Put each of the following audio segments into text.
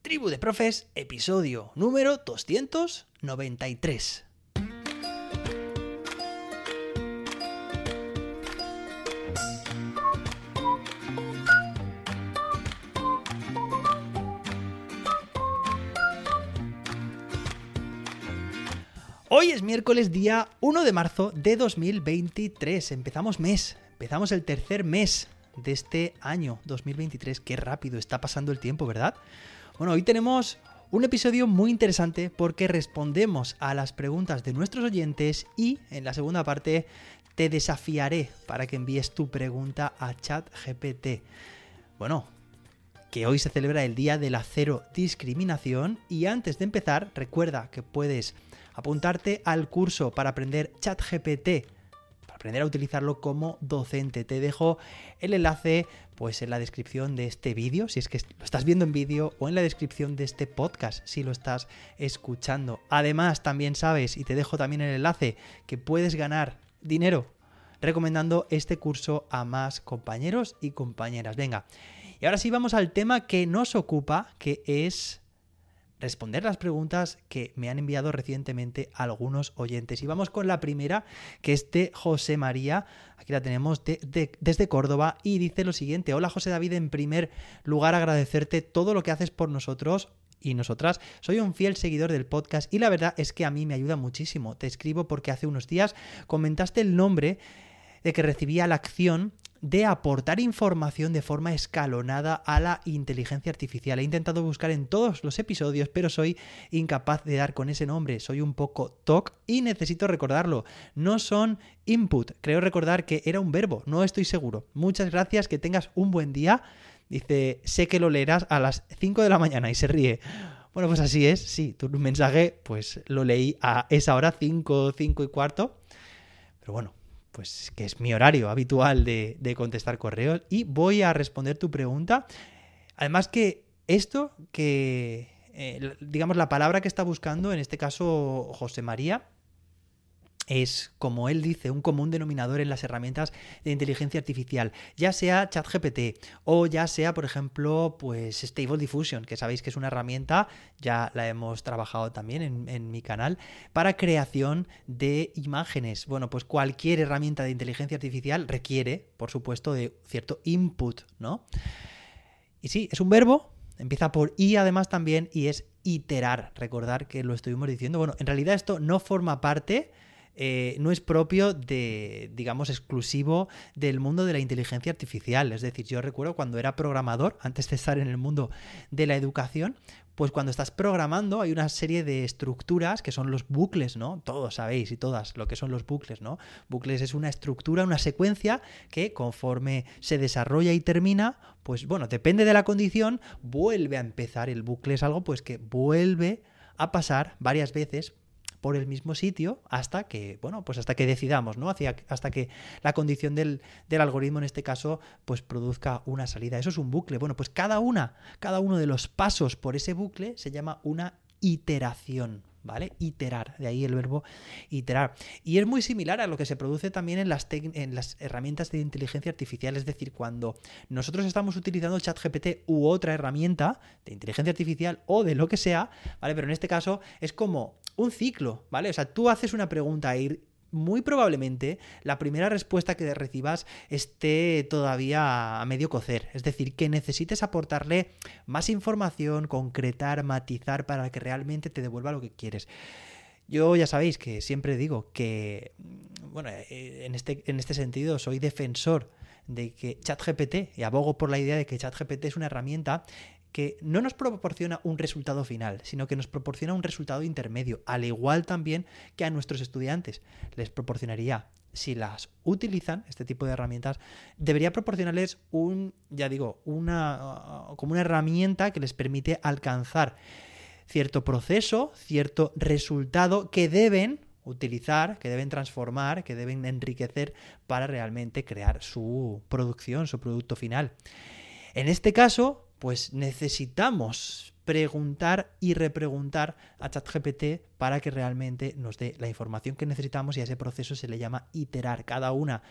Tribu de Profes, episodio número 293. Hoy es miércoles, día 1 de marzo de 2023. Empezamos el tercer mes de este año 2023. Qué rápido está pasando el tiempo, ¿verdad? Bueno, hoy tenemos un episodio muy interesante porque respondemos a las preguntas de nuestros oyentes y en la segunda parte te desafiaré para que envíes tu pregunta a ChatGPT. Bueno, que hoy se celebra el Día de la Cero Discriminación y antes de empezar, recuerda que puedes apuntarte al curso para aprender ChatGPT, para aprender a utilizarlo como docente. Te dejo el enlace pues en la descripción de este vídeo, si es que lo estás viendo en vídeo, o en la descripción de este podcast, si lo estás escuchando. Además, también sabes, y te dejo también el enlace, que puedes ganar dinero recomendando este curso a más compañeros y compañeras. Venga, y ahora sí vamos al tema que nos ocupa, que es responder las preguntas que me han enviado recientemente algunos oyentes. Y vamos con la primera, que es de José María. Aquí la tenemos desde Córdoba y dice lo siguiente. Hola José David, en primer lugar agradecerte todo lo que haces por nosotros y nosotras. Soy un fiel seguidor del podcast y la verdad es que a mí me ayuda muchísimo. Te escribo porque hace unos días comentaste el nombre de que recibía la acción de aportar información de forma escalonada a la inteligencia artificial. He intentado buscar en todos los episodios, pero soy incapaz de dar con ese nombre. Soy un poco TOC y necesito recordarlo. No son input. Creo recordar que era un verbo. No estoy seguro. Muchas gracias. Que tengas un buen día. Dice, sé que lo leerás a las 5 de la mañana y se ríe. Bueno, pues así es. Sí, tu mensaje pues lo leí a esa hora, 5 y cuarto. Pero bueno, pues que es mi horario habitual de contestar correos y voy a responder tu pregunta. Además que esto, digamos la palabra que está buscando, en este caso José María, es, como él dice, un común denominador en las herramientas de inteligencia artificial, ya sea ChatGPT o ya sea, por ejemplo, pues Stable Diffusion, que sabéis que es una herramienta, ya la hemos trabajado también en mi canal, para creación de imágenes. Bueno, pues cualquier herramienta de inteligencia artificial requiere, por supuesto, de cierto input, ¿no? Y sí, es un verbo, empieza por I además también, y es iterar. Recordar que lo estuvimos diciendo. Bueno, en realidad esto no forma parte... no es propio digamos, exclusivo del mundo de la inteligencia artificial. Es decir, yo recuerdo cuando era programador, antes de estar en el mundo de la educación, pues cuando estás programando hay una serie de estructuras que son los bucles, ¿no? Todos sabéis y todas lo que son los bucles, ¿no? Bucles es una estructura, una secuencia que conforme se desarrolla y termina, pues bueno, depende de la condición, vuelve a empezar. El bucle es algo pues que vuelve a pasar varias veces por el mismo sitio hasta que, bueno, pues hasta que decidamos, ¿no? Hasta que la condición del algoritmo, en este caso, pues produzca una salida. Eso es un bucle. Bueno, pues cada uno de los pasos por ese bucle se llama una iteración, ¿vale? Iterar, de ahí el verbo iterar. Y es muy similar a lo que se produce también en las herramientas de inteligencia artificial, es decir, cuando nosotros estamos utilizando ChatGPT u otra herramienta de inteligencia artificial o de lo que sea, ¿vale? Pero en este caso es como un ciclo, ¿vale? O sea, tú haces una pregunta y muy probablemente la primera respuesta que recibas esté todavía a medio cocer. Es decir, que necesites aportarle más información, concretar, matizar para que realmente te devuelva lo que quieres. Yo ya sabéis que siempre digo que, bueno, en este sentido soy defensor de que ChatGPT, y abogo por la idea de que ChatGPT es una herramienta que no nos proporciona un resultado final, sino que nos proporciona un resultado intermedio, al igual también que a nuestros estudiantes. Les proporcionaría, si las utilizan, este tipo de herramientas, debería proporcionarles como una herramienta que les permite alcanzar cierto proceso, cierto resultado que deben utilizar, que deben transformar, que deben enriquecer para realmente crear su producción, su producto final. En este caso, pues necesitamos preguntar y repreguntar a ChatGPT para que realmente nos dé la información que necesitamos, y a ese proceso se le llama iterar. Cada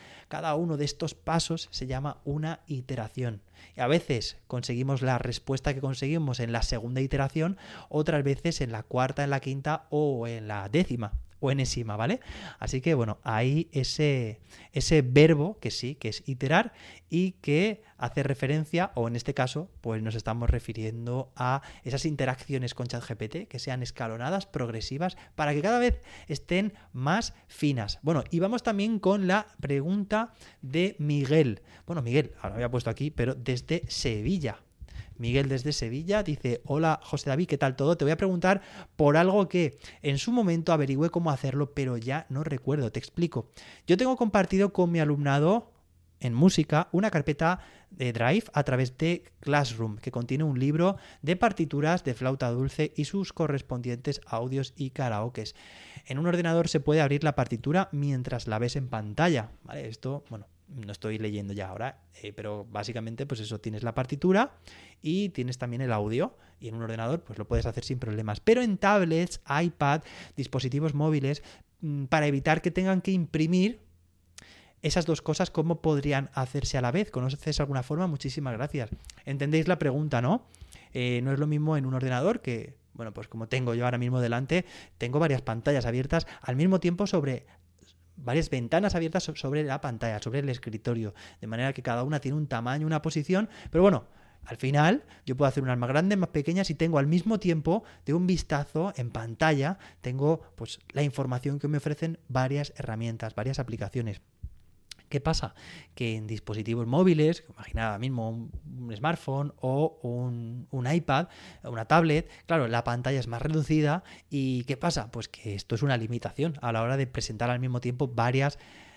uno de estos pasos se llama una iteración. Y a veces conseguimos la respuesta que conseguimos en la segunda iteración, otras veces en la cuarta, en la quinta o en la décima o enésima, ¿vale? Así que bueno, hay ese verbo que sí, que es iterar, y que hace referencia, o en este caso, pues nos estamos refiriendo a esas interacciones con ChatGPT que sean escalonadas, progresivas, para que cada vez estén más finas. Bueno, y vamos también con la pregunta de Miguel. Bueno, Miguel, ahora lo había puesto aquí, pero desde Sevilla. Miguel desde Sevilla dice: hola José David, ¿qué tal todo? Te voy a preguntar por algo que en su momento averigüé cómo hacerlo, pero ya no recuerdo. Te explico. Yo tengo compartido con mi alumnado en música una carpeta de Drive a través de Classroom, que contiene un libro de partituras de flauta dulce y sus correspondientes audios y karaokes. En un ordenador se puede abrir la partitura mientras la ves en pantalla, ¿vale? Esto, bueno, no estoy leyendo ya ahora, pero básicamente pues eso, tienes la partitura y tienes también el audio, y en un ordenador pues lo puedes hacer sin problemas. Pero en tablets, iPad, dispositivos móviles, para evitar que tengan que imprimir esas dos cosas, ¿cómo podrían hacerse a la vez? ¿Conoces alguna forma? Muchísimas gracias. ¿Entendéis la pregunta, no? No es lo mismo en un ordenador que, bueno, pues como tengo yo ahora mismo delante, tengo varias pantallas abiertas al mismo tiempo sobre varias ventanas abiertas sobre la pantalla, sobre el escritorio, de manera que cada una tiene un tamaño, una posición, pero bueno, al final yo puedo hacer unas más grandes, más pequeñas, y tengo al mismo tiempo de un vistazo en pantalla, tengo pues la información que me ofrecen varias herramientas, varias aplicaciones. ¿Qué pasa? Que en dispositivos móviles, imagina ahora mismo un smartphone o un iPad, una tablet, claro, la pantalla es más reducida. ¿Y qué pasa? Pues que esto es una limitación a la hora de presentar al mismo tiempo varios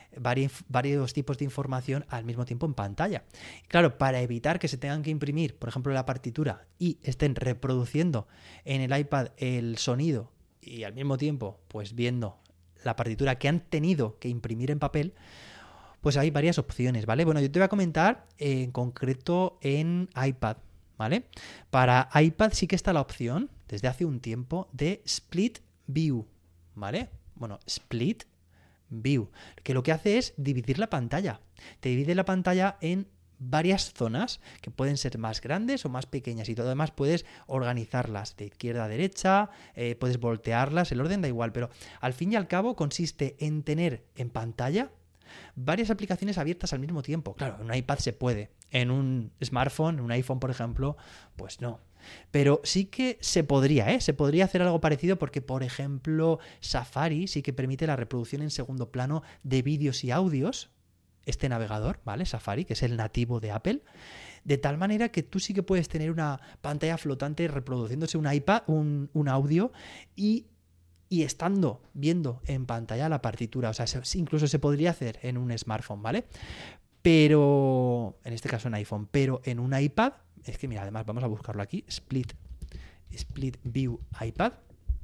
tipos de información al mismo tiempo en pantalla. Claro, para evitar que se tengan que imprimir, por ejemplo, la partitura y estén reproduciendo en el iPad el sonido y al mismo tiempo pues viendo la partitura que han tenido que imprimir en papel, pues hay varias opciones, ¿vale? Bueno, yo te voy a comentar en concreto en iPad, ¿vale? Para iPad sí que está la opción, desde hace un tiempo, de Split View, ¿vale? Bueno, Split View, que lo que hace es dividir la pantalla. Te divide la pantalla en varias zonas que pueden ser más grandes o más pequeñas, y todo además puedes organizarlas de izquierda a derecha, puedes voltearlas, el orden da igual, pero al fin y al cabo consiste en tener en pantalla varias aplicaciones abiertas al mismo tiempo. Claro, en un iPad se puede, en un smartphone, en un iPhone por ejemplo, pues no. Pero sí que se podría hacer algo parecido, porque por ejemplo Safari sí que permite la reproducción en segundo plano de vídeos y audios, este navegador, ¿vale? Safari, que es el nativo de Apple, de tal manera que tú sí que puedes tener una pantalla flotante reproduciéndose un iPad, un audio, y estando viendo en pantalla la partitura. O sea, incluso se podría hacer en un smartphone, ¿vale? Pero, en este caso en iPhone, pero en un iPad, es que mira, además vamos a buscarlo aquí, Split View iPad,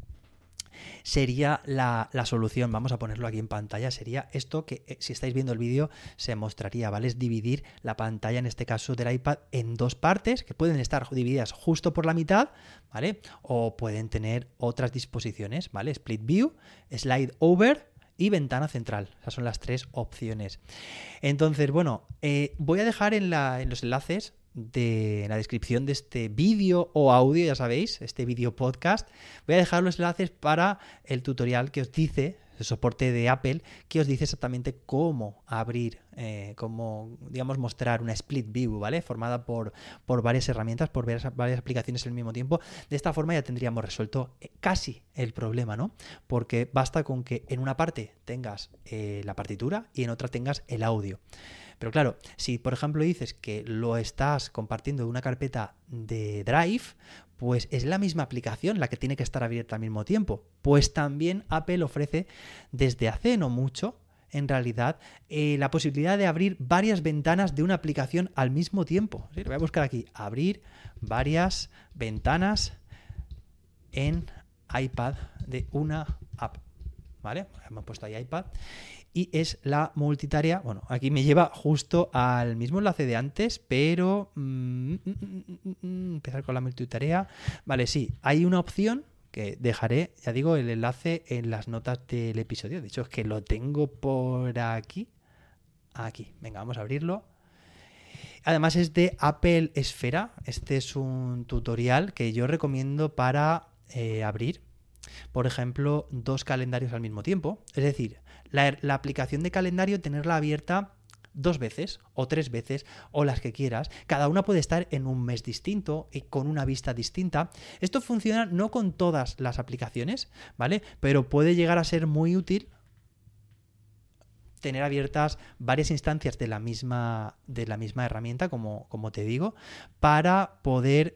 sería la solución. Vamos a ponerlo aquí en pantalla. Sería esto que, si estáis viendo el vídeo, se mostraría, ¿vale? Es dividir la pantalla, en este caso del iPad, en dos partes que pueden estar divididas justo por la mitad, ¿vale? O pueden tener otras disposiciones, ¿vale? Split View, Slide Over y ventana central. Esas son las tres opciones. Entonces, bueno, voy a dejar en los enlaces en la descripción de este vídeo o audio, ya sabéis, este vídeo podcast, voy a dejar los enlaces para el tutorial que os dice, el soporte de Apple, que os dice exactamente cómo abrir, cómo, digamos, mostrar una split view, ¿vale? Formada por varias herramientas, por varias aplicaciones al mismo tiempo. De esta forma ya tendríamos resuelto casi el problema, ¿no? Porque basta con que en una parte tengas la partitura y en otra tengas el audio. Pero claro, si por ejemplo dices que lo estás compartiendo de una carpeta de Drive, pues es la misma aplicación la que tiene que estar abierta al mismo tiempo. Pues también Apple ofrece desde hace no mucho, en realidad, la posibilidad de abrir varias ventanas de una aplicación al mismo tiempo. ¿Sí? Lo voy a buscar aquí, abrir varias ventanas en iPad de una app. ¿Vale? Hemos puesto ahí iPad. y es la multitarea. Bueno, aquí me lleva justo al mismo enlace de antes, pero empezar con la multitarea. Vale, sí, hay una opción que dejaré, ya digo, el enlace en las notas del episodio. De hecho, es que lo tengo por aquí. Aquí, venga, vamos a abrirlo. Además es de Apple Esfera. Este es un tutorial que yo recomiendo para abrir, por ejemplo, 2 calendarios al mismo tiempo. Es decir, la aplicación de calendario tenerla abierta 2 veces o 3 veces o las que quieras. Cada una puede estar en un mes distinto y con una vista distinta. Esto funciona no con todas las aplicaciones, ¿vale? Pero puede llegar a ser muy útil tener abiertas varias instancias de la misma herramienta, como te digo, para poder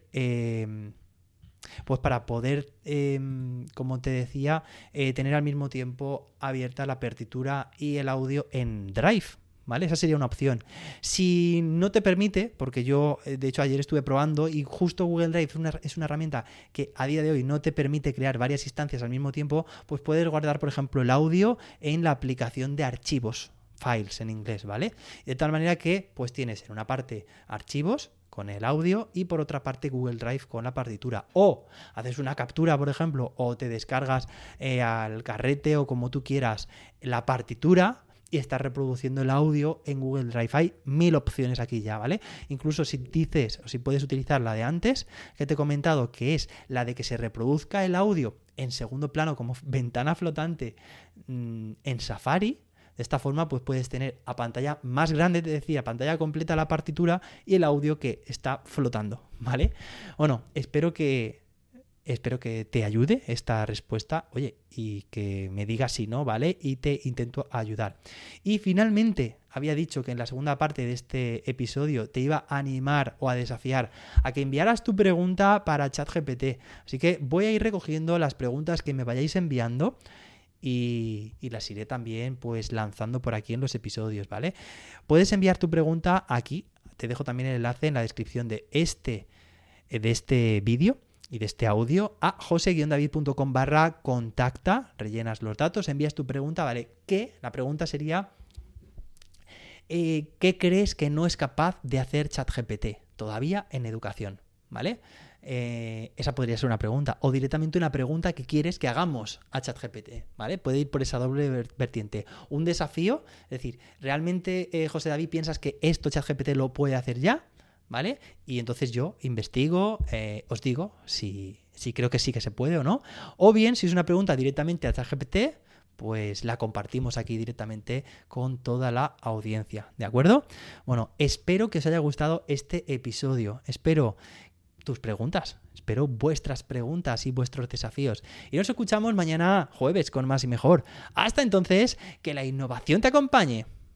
como te decía, tener al mismo tiempo abierta la partitura y el audio en Drive, ¿vale? Esa sería una opción. Si no te permite, porque yo de hecho ayer estuve probando y justo Google Drive es una herramienta que a día de hoy no te permite crear varias instancias al mismo tiempo, pues puedes guardar, por ejemplo, el audio en la aplicación de archivos, files en inglés, ¿vale? De tal manera que pues tienes en una parte archivos con el audio y por otra parte Google Drive con la partitura. O haces una captura, por ejemplo, o te descargas al carrete o como tú quieras la partitura y estás reproduciendo el audio en Google Drive. Hay 1000 opciones aquí ya, ¿vale? Incluso si dices o si puedes utilizar la de antes, que te he comentado, que es la de que se reproduzca el audio en segundo plano como ventana flotante en Safari. De esta forma, pues puedes tener a pantalla más grande, te decía, a pantalla completa la partitura y el audio que está flotando, ¿vale? Bueno, espero que te ayude esta respuesta, oye, y que me digas si no, ¿vale? Y te intento ayudar. Y finalmente, había dicho que en la segunda parte de este episodio te iba a animar o a desafiar a que enviaras tu pregunta para ChatGPT. Así que voy a ir recogiendo las preguntas que me vayáis enviando y las iré también pues lanzando por aquí en los episodios, ¿vale? Puedes enviar tu pregunta aquí, te dejo también el enlace en la descripción de este vídeo y de este audio a jose-david.com/contacta, rellenas los datos, envías tu pregunta, ¿vale? La pregunta sería ¿qué crees que no es capaz de hacer ChatGPT todavía en educación? ¿Vale? Esa podría ser una pregunta, o directamente una pregunta que quieres que hagamos a ChatGPT, ¿vale? Puede ir por esa doble vertiente. Un desafío, es decir, ¿realmente, José David, piensas que esto ChatGPT lo puede hacer ya? ¿Vale? Y entonces yo investigo, os digo si creo que sí que se puede o no. O bien, si es una pregunta directamente a ChatGPT, pues la compartimos aquí directamente con toda la audiencia, ¿de acuerdo? Bueno, espero que os haya gustado este episodio. Espero tus preguntas, espero vuestras preguntas y vuestros desafíos. Y nos escuchamos mañana jueves con más y mejor. Hasta entonces, que la innovación te acompañe.